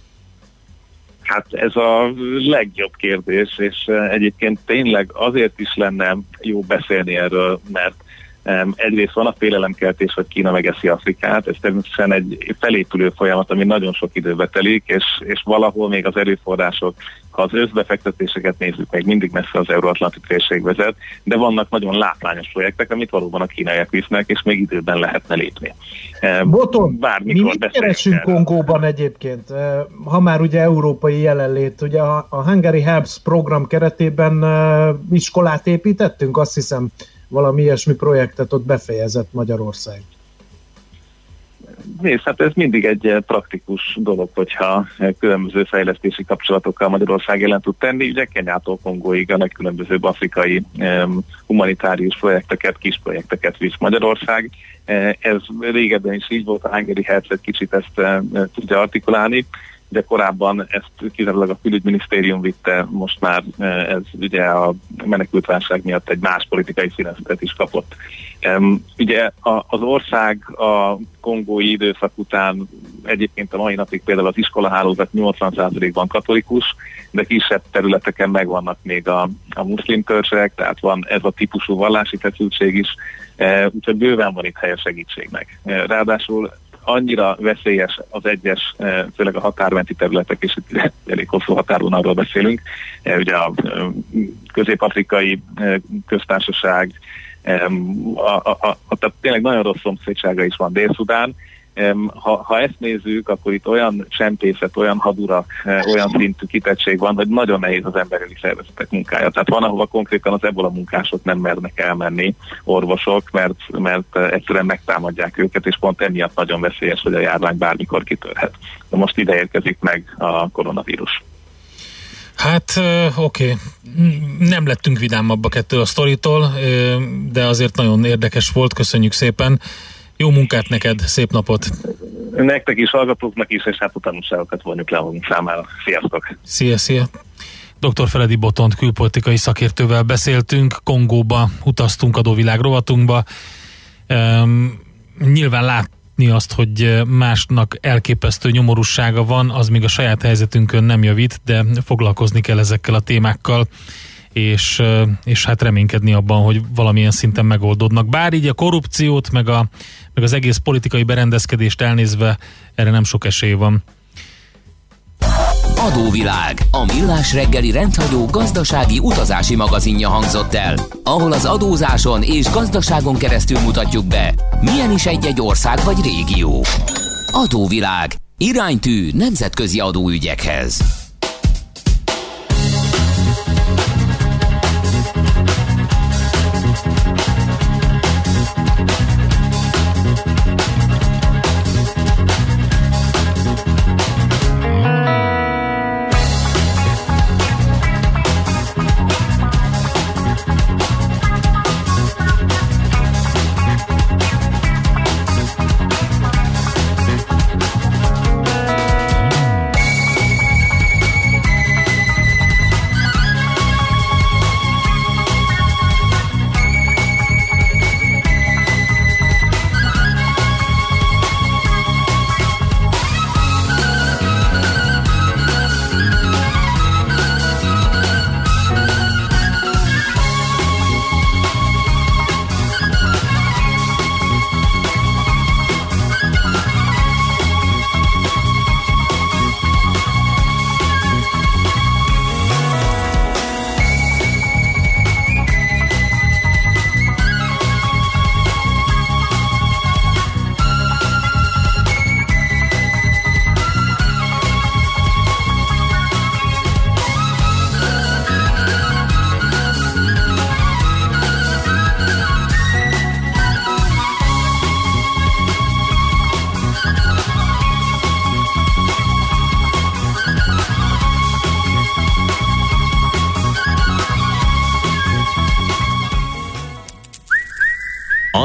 Hát ez a legjobb kérdés, és egyébként tényleg azért is lenne jó beszélni erről, mert um, egyrészt van a félelemkeltés, hogy Kína megeszi Afrikát, ez természetesen egy felépülő folyamat, ami nagyon sok időbe telik, és, és valahol még az erőforrások, ha az összbefektetéseket nézzük, még mindig messze az euróatlanti térség vezet, de vannak nagyon látványos projektek, amit valóban a kínaiak visznek, és még időben lehetne lépni. Boton, mi mit keresünk Kongóban egyébként? Ha már ugye európai jelenlét, ugye a, a Hungary Helps program keretében iskolát építettünk, azt hiszem valami ilyesmi projektet ott befejezett Magyarország. Nézd, hát ez mindig egy praktikus dolog, hogyha különböző fejlesztési kapcsolatokkal Magyarország ellen tud tenni. Ugye Kenyától Kongóig a legkülönbözőbb afrikai um, humanitárius projekteket, kis projekteket visz Magyarország. Ez régebben is így volt, a Hungary Helps egy kicsit ezt uh, tudja artikulálni, de korábban ezt kizárólag a külügyminisztérium vitte, most már ez ugye a menekültválság miatt egy más politikai színezetet is kapott. Um, ugye a, az ország a kongói időszak után egyébként a mai napig például az iskolahálózat nyolcvan százalékban katolikus, de kisebb területeken megvannak még a, a muszlim törzsek, tehát van ez a típusú vallási feszültség is, uh, úgyhogy bőven van itt helye segítségnek. Uh, ráadásul annyira veszélyes az egyes, főleg a határmenti területek, és itt elég hosszú határvonalról beszélünk. Ugye a közép-afrikai köztársaság, a, a, a, a, tehát tényleg nagyon rossz szomszédsága is van Dél-Szudán. Ha, ha ezt nézzük, akkor itt olyan csempészet, olyan hadurak, olyan szintű kitettség van, hogy nagyon nehéz az emberi szervezetek munkája. Tehát van, ahova konkrétan az ebola munkások nem mernek elmenni, orvosok, mert, mert egyszerűen megtámadják őket, és pont emiatt nagyon veszélyes, hogy a járvány bármikor kitörhet. De most ide érkezik meg a koronavírus. Hát oké, okay. Nem lettünk vidámabbak ettől a sztoritól, de azért nagyon érdekes volt, köszönjük szépen. Jó munkát neked, szép napot! Nektek is, hallgatóknak is, és hát a tanulságokat vonjuk le magunk számára. Sziasztok! Szia, szia! doktor Feledi Botont külpolitikai szakértővel beszéltünk, Kongóba utaztunk adóvilág rovatunkba. Um, nyilván látni azt, hogy másnak elképesztő nyomorúsága van, az még a saját helyzetünkön nem javít, de foglalkozni kell ezekkel a témákkal, és, és hát reménykedni abban, hogy valamilyen szinten megoldódnak. Bár így a korrupciót, meg, a, meg az egész politikai berendezkedést elnézve erre nem sok esély van. Adóvilág, a millás reggeli rendhagyó gazdasági utazási magazinja hangzott el, ahol az adózáson és gazdaságon keresztül mutatjuk be, milyen is egy-egy ország vagy régió. Adóvilág, iránytű nemzetközi adóügyekhez.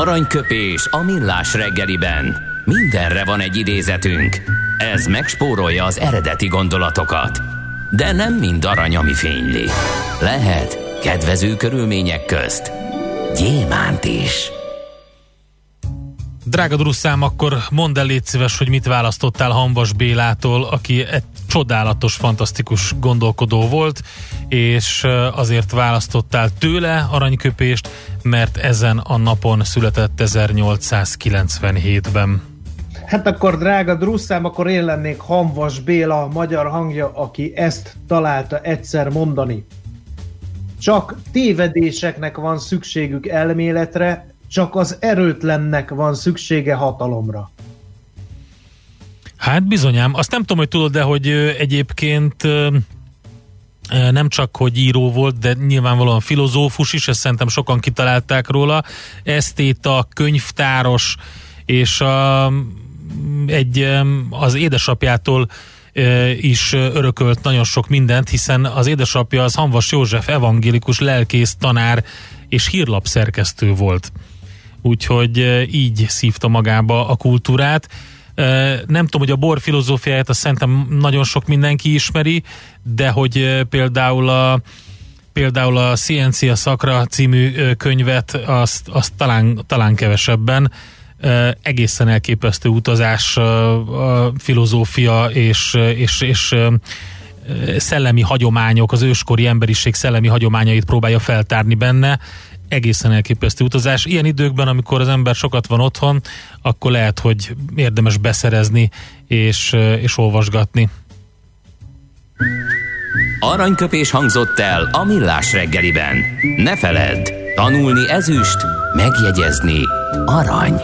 Aranyköpés a millás reggeliben. Mindenre van egy idézetünk. Ez megspórolja az eredeti gondolatokat. De nem mind arany, ami fényli. Lehet kedvező körülmények közt gyémánt is. Drága Drusszám, akkor mondd el, légy szíves, hogy mit választottál Hamvas Bélától, aki egy csodálatos, fantasztikus gondolkodó volt, és azért választottál tőle aranyköpést, mert ezen a napon született ezernyolcszázkilencvenhétben. Hát akkor, drága Drusszám, akkor én lennék Hamvas Béla, a magyar hangja, aki ezt találta egyszer mondani. Csak tévedéseknek van szükségük elméletre, csak az erőtlennek van szüksége hatalomra. Hát bizonyám. Azt nem tudom, hogy tudod, de hogy egyébként nem csak, hogy író volt, de nyilvánvalóan filozófus is, ezt szerintem sokan kitalálták róla, esztéta, könyvtáros, és a, egy, az édesapjától is örökölt nagyon sok mindent, hiszen az édesapja az Hamvas József evangélikus lelkész, tanár és hírlapszerkesztő volt. Úgyhogy így szívta magába a kultúrát. Nem tudom, hogy a bor filozófiáját azt szerintem nagyon sok mindenki ismeri, de hogy például a, például a Scientia Sacra című könyvet azt, azt talán, talán kevesebben. Egészen elképesztő utazás, a filozófia és, és, és szellemi hagyományok, az őskori emberiség szellemi hagyományait próbálja feltárni benne. Egészen elképesztő utazás. Ilyen időkben, amikor az ember sokat van otthon, akkor lehet, hogy érdemes beszerezni és, és olvasgatni. Aranyköpés hangzott el a millás reggeliben. Ne feledd, tanulni ezüst, megjegyezni arany.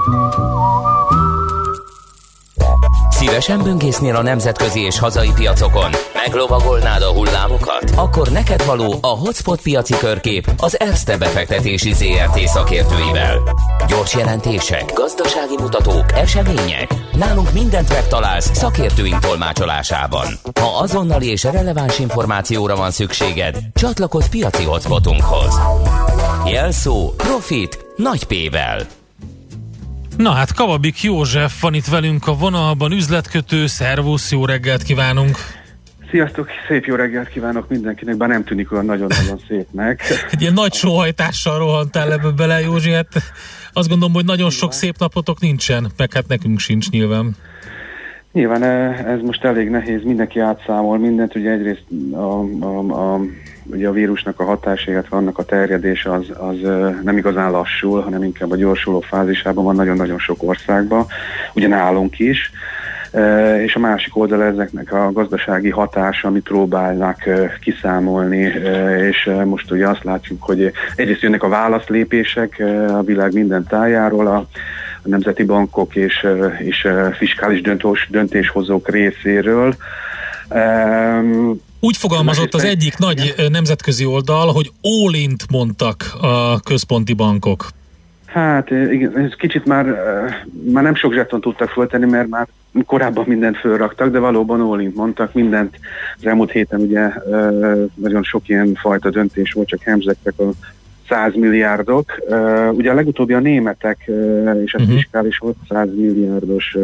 Szívesen böngésznél a nemzetközi és hazai piacokon? Meglovagolnád a hullámokat? Akkor neked való a Hotspot piaci körkép az Erste befektetési zé er té szakértőivel. Gyors jelentések, gazdasági mutatók, események. Nálunk mindent megtalálsz szakértőink tolmácsolásában. Ha azonnali és releváns információra van szükséged, csatlakozz piaci hotspotunkhoz. Jelszó Profit nagy P-vel. Na hát, Kababik József van itt velünk a vonalban, üzletkötő. Szervusz, jó reggelt kívánunk! Sziasztok, szép jó reggelt kívánok mindenkinek, bár nem tűnik olyan nagyon-nagyon szépnek. Egy ilyen nagy sóhajtással rohantál ebbe bele, Józsi, hát azt gondolom, hogy nagyon sok szép napotok nincsen, meg hát nekünk sincs nyilván. Nyilván ez most elég nehéz, mindenki átszámol mindent, ugye egyrészt a, a, a, ugye a vírusnak a hatása, illetve annak a terjedése az, az nem igazán lassul, hanem inkább a gyorsuló fázisában van nagyon-nagyon sok országban, ugye nálunk is. Uh, és a másik oldal ezeknek a gazdasági hatása, amit próbálnak uh, kiszámolni, uh, és uh, most ugye azt látjuk, hogy egyrészt jönnek a válaszlépések uh, a világ minden tájáról, a, a nemzeti bankok és, uh, és uh, fiskális döntős, döntéshozók részéről. Um, Úgy fogalmazott az egyik nagy nemzetközi oldal, hogy all-int mondtak a központi bankok. Hát igen, ez kicsit már, már nem sok zseton tudtak föltenni, mert már korábban mindent fölraktak, de valóban all-int mondtak, mindent. Az elmúlt héten ugye nagyon sok ilyen fajta döntés volt, csak hemzegtek a száz milliárdok. Ugye a legutóbbi a németek és a fiskális hatszáz milliárdos,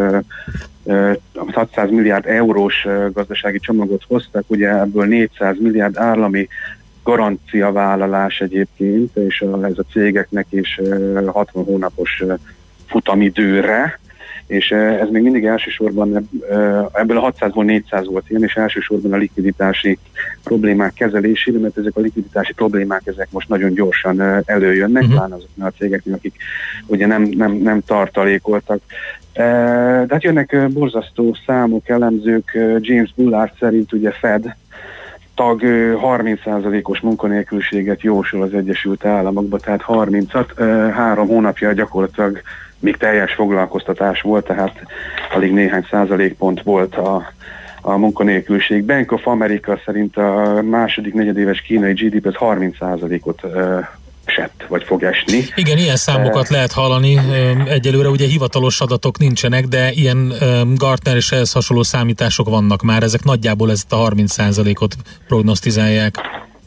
hatszáz milliárd eurós gazdasági csomagot hoztak, ugye ebből négyszáz milliárd állami garanciavállalás egyébként, és a, ez a cégeknek is hatvan hónapos futamidőre, és ez még mindig elsősorban ebből a hatszázból négyszáz volt ilyen, és elsősorban a likviditási problémák kezelésére, mert ezek a likviditási problémák ezek most nagyon gyorsan előjönnek, uh-huh. pláne azoknál a cégeknél, akik ugye nem, nem, nem tartalékoltak. De hát jönnek borzasztó számok, elemzők, James Bullard szerint ugye Fed tag harminc százalékos munkanélküliséget jósol az Egyesült Államokba, tehát harmincat, három hónapja gyakorlatilag még teljes foglalkoztatás volt, tehát alig néhány százalékpont volt a, a munkanélküliség. Bank of America szerint a második negyedéves kínai gé dé pé az harminc százalékot esett, vagy fog esni. Igen, ilyen számokat lehet hallani. Egyelőre ugye hivatalos adatok nincsenek, de ilyen Gartner és ehhez hasonló számítások vannak már. Ezek nagyjából ezt a harminc százalékot prognosztizálják.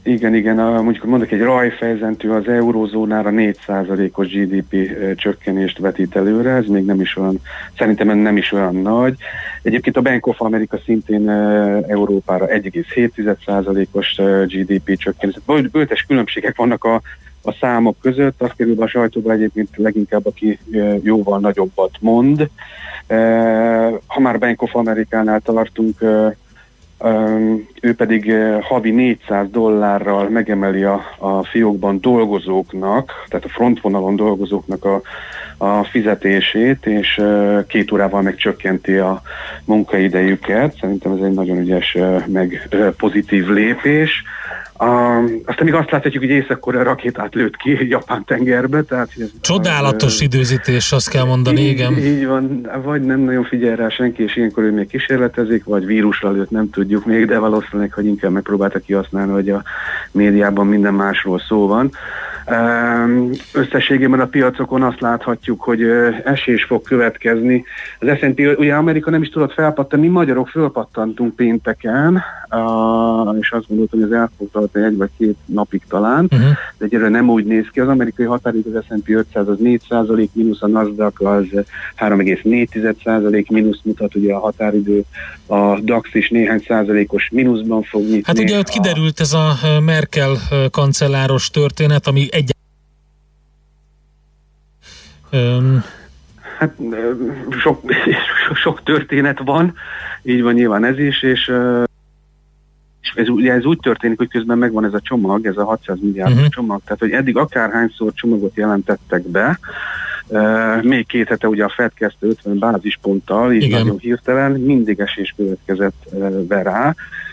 Igen, igen, a, mondjuk mondok egy rajfejzentű az eurózónára négy százalékos gé dé pé uh, csökkenést vetít előre, ez még nem is olyan, szerintem nem is olyan nagy. Egyébként a Bank of America szintén uh, Európára egy egész hét százalékos uh, gé dé pé csökkenés. Bőtes különbségek vannak a, a számok között, azt kerül a sajtóban egyébként leginkább, aki uh, jóval nagyobbat mond. Uh, ha már Bank of Americánál tartunk, uh, Um, ő pedig uh, havi négyszáz dollárral megemeli a, a fiókban dolgozóknak, tehát a frontvonalon dolgozóknak a, a fizetését, és uh, két órával megcsökkenti a munkaidejüket. Szerintem ez egy nagyon ügyes, uh, meg uh, pozitív lépés. Uh, aztán még azt láthatjuk, hogy Észak-Korea rakétát lőtt ki Japán tengerbe. Tehát, ez csodálatos a, időzítés, azt kell mondani, így, igen. Így van, vagy nem nagyon figyel rá senki, és ilyenkor ő még kísérletezik, vagy vírusra lőtt, nem tudjuk még, de valószínűleg, hogy inkább megpróbálta kihasználni, hogy a médiában minden másról szó van. Összességében a piacokon azt láthatjuk, hogy esés fog következni. Az es and pé, ugye Amerika nem is tudott felpattanni, mi magyarok fölpattantunk pénteken, és azt gondoltam, hogy ez el fog tartani egy vagy két napig talán, uh-huh. de egyelőre nem úgy néz ki. Az amerikai határidő az es and pé ötszáz az négy százalék mínusz, a Nasdaq az három egész négy százalék mínusz mutat, ugye a határidő, a DAX is néhány százalékos mínuszban fog nyitni. Hát ugye ott kiderült ez a Merkel kancelláros történet, ami egy um. Hát sok, sok történet van, így van nyilván ez is, és ez, ugye ez úgy történik, hogy közben megvan ez a csomag, ez a hatszáz milliárdos uh-huh. csomag, tehát hogy eddig akárhányszor csomagot jelentettek be, uh, még két hete ugye a Fed kezdte ötven bázisponttal, így igen. nagyon hirtelen, mindig esés következett uh, be rá,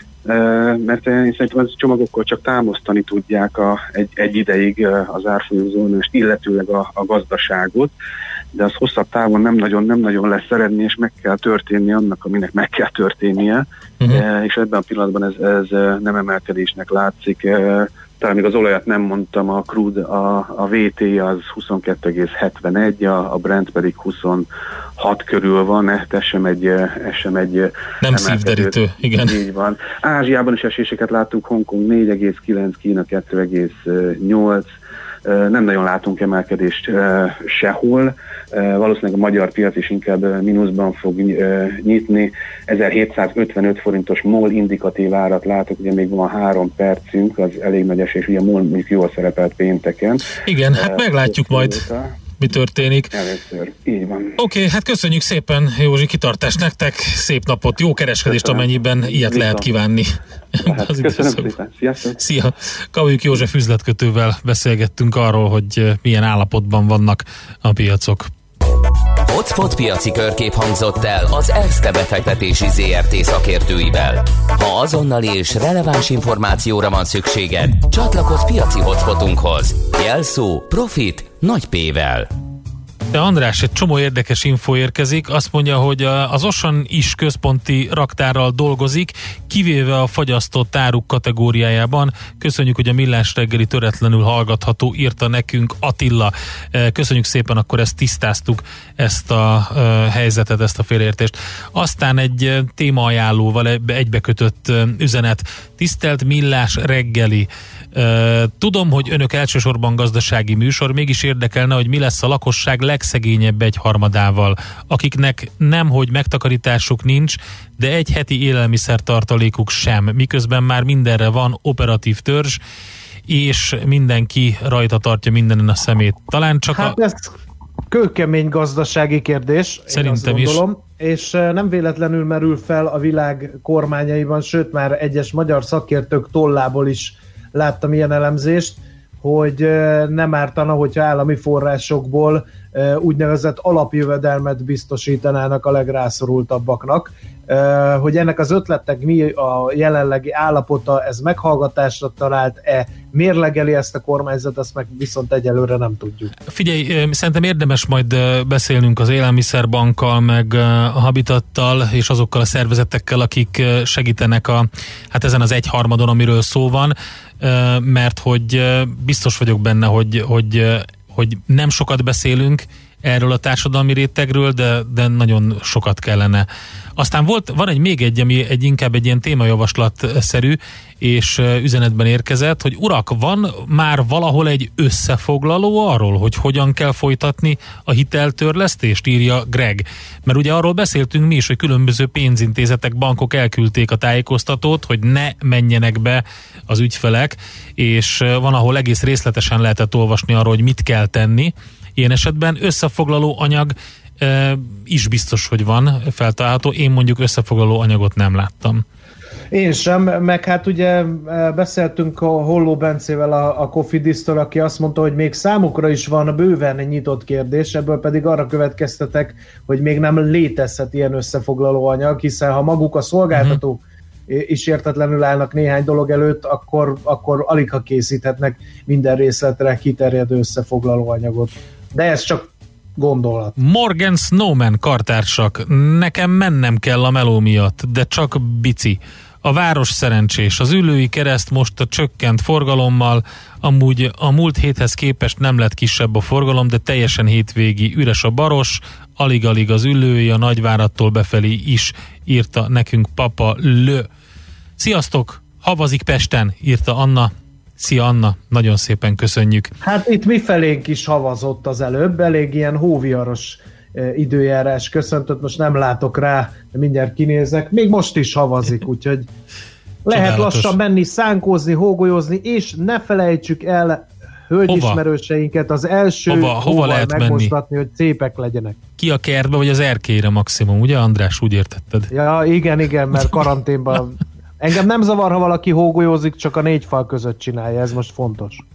uh, mert én szerintem az csomagokkal csak támasztani tudják a, egy, egy ideig uh, az árfolyamzónást, illetőleg a, a gazdaságot, de az hosszabb távon nem nagyon, nem nagyon lesz eredmény, és meg kell történni annak, aminek meg kell történnie, uh-huh. és ebben a pillanatban ez, ez nem emelkedésnek látszik. Talán még az olajat nem mondtam, a crude, a, a vé té az huszonkettő egész hetvenegy, a, a Brent pedig huszonhat körül van, ez sem egy, ez sem egy nem szívderítő, igen. Így van. Ázsiában is eséseket láttunk, Hongkong négy egész kilenc, Kína kettő egész nyolc, nem nagyon látunk emelkedést sehol, valószínűleg a magyar piac is inkább mínuszban fog nyitni. ezerhétszázötvenöt forintos MOL indikatív árat látok, ugye még van három percünk, az elég nagy esés, ugye MOL mondjuk jól szerepelt pénteken. Igen, hát meglátjuk majd, mi történik. Először, így van. Oké, okay, hát köszönjük szépen, Józsi, kitartást nektek, szép napot, jó kereskedést, köszönöm. Amennyiben ilyet Viszont. lehet kívánni. Hát, köszönöm szépen, sziasztok! Szia! Kaujuk József üzletkötővel beszélgettünk arról, hogy milyen állapotban vannak a piacok. Hotspot piaci körkép hangzott el az Erste befektetési zé er té szakértőivel. Ha azonnali és releváns információra van szükséged, csatlakozz piaci hotspotunkhoz. Jelszó Profit nagy P-vel. De András, egy csomó érdekes info érkezik. Azt mondja, hogy az Osan is központi raktárral dolgozik, kivéve a fagyasztott áruk kategóriájában. Köszönjük, hogy a Millás reggeli töretlenül hallgatható, írta nekünk Attila. Köszönjük szépen, akkor ezt tisztáztuk, ezt a helyzetet, ezt a félreértést. Aztán egy témaajánlóval egybekötött üzenet. Tisztelt Millás reggeli! Tudom, hogy önök elsősorban gazdasági műsor, mégis érdekelne, hogy mi lesz a lakosság legszegényebb egyharmadával, akiknek nemhogy megtakarításuk nincs, de egy heti élelmiszertartalékuk sem, miközben már mindenre van operatív törzs, és mindenki rajta tartja mindenen a szemét. Talán csak hát a... ez kőkemény gazdasági kérdés, szerintem én azt gondolom, is. És nem véletlenül merül fel a világ kormányaiban, sőt már egyes magyar szakértők tollából is láttam ilyen elemzést, hogy nem ártana, hogyha állami forrásokból úgynevezett alapjövedelmet biztosítanának a legrászorultabbaknak. Hogy ennek az ötletnek mi a jelenlegi állapota, ez meghallgatásra talált-e, mérlegeli ezt a kormányzat, azt meg viszont egyelőre nem tudjuk. Figyelj, szerintem érdemes majd beszélnünk az Élelmiszerbankkal, meg a Habitattal, és azokkal a szervezetekkel, akik segítenek a, hát ezen az egyharmadon, amiről szó van, mert hogy biztos vagyok benne, hogy, hogy, hogy nem sokat beszélünk erről a társadalmi rétegről, de, de nagyon sokat kellene. Aztán volt, van egy még egy, ami egy inkább egy ilyen témajavaslatszerű, és üzenetben érkezett, hogy urak, van már valahol egy összefoglaló arról, hogy hogyan kell folytatni a hiteltörlesztést, írja Greg. Mert ugye arról beszéltünk mi is, hogy különböző pénzintézetek, bankok elküldték a tájékoztatót, hogy ne menjenek be az ügyfelek, és van, ahol egész részletesen lehetett olvasni arról, hogy mit kell tenni. Ilyen esetben összefoglaló anyag e, is biztos, hogy van feltalálható. Én mondjuk összefoglaló anyagot nem láttam. Én sem, meg hát ugye beszéltünk a Holló Bencével a, a Cofidis-től, aki azt mondta, hogy még számukra is van bőven nyitott kérdés, ebből pedig arra következtetek, hogy még nem létezhet ilyen összefoglaló anyag, hiszen ha maguk a szolgáltatók uh-huh. is értetlenül állnak néhány dolog előtt, akkor, akkor alig ha készíthetnek minden részletre kiterjedő összefoglaló anyagot. De ez csak gondolat. Morgan Snowman kartársak, nekem mennem kell a meló miatt, de csak bici. A város szerencsés, az Üllői kereszt most a csökkent forgalommal, amúgy a múlt héthez képest nem lett kisebb a forgalom, de teljesen hétvégi, üres a Baros, alig-alig az Üllői, a Nagyváradtól befelé is, írta nekünk Papa Lő. Sziasztok, havazik Pesten, írta Anna. Szia Anna, nagyon szépen köszönjük. Hát itt mifelénk is havazott az előbb, elég ilyen hóviharos időjárás köszöntött, most nem látok rá, de mindjárt kinézek, még most is havazik, úgyhogy lehet Csodálatos. Lassan menni, szánkózni, hógolyozni, és ne felejtsük el hölgyismerőseinket az első hova, hova lehet megmozgatni, hogy szépek legyenek. Ki a kertbe, vagy az erkélyre maximum, ugye András, úgy értetted? Ja, igen, igen, mert karanténban engem nem zavar, ha valaki hógolyozik, csak a négy fal között csinálja, ez most fontos.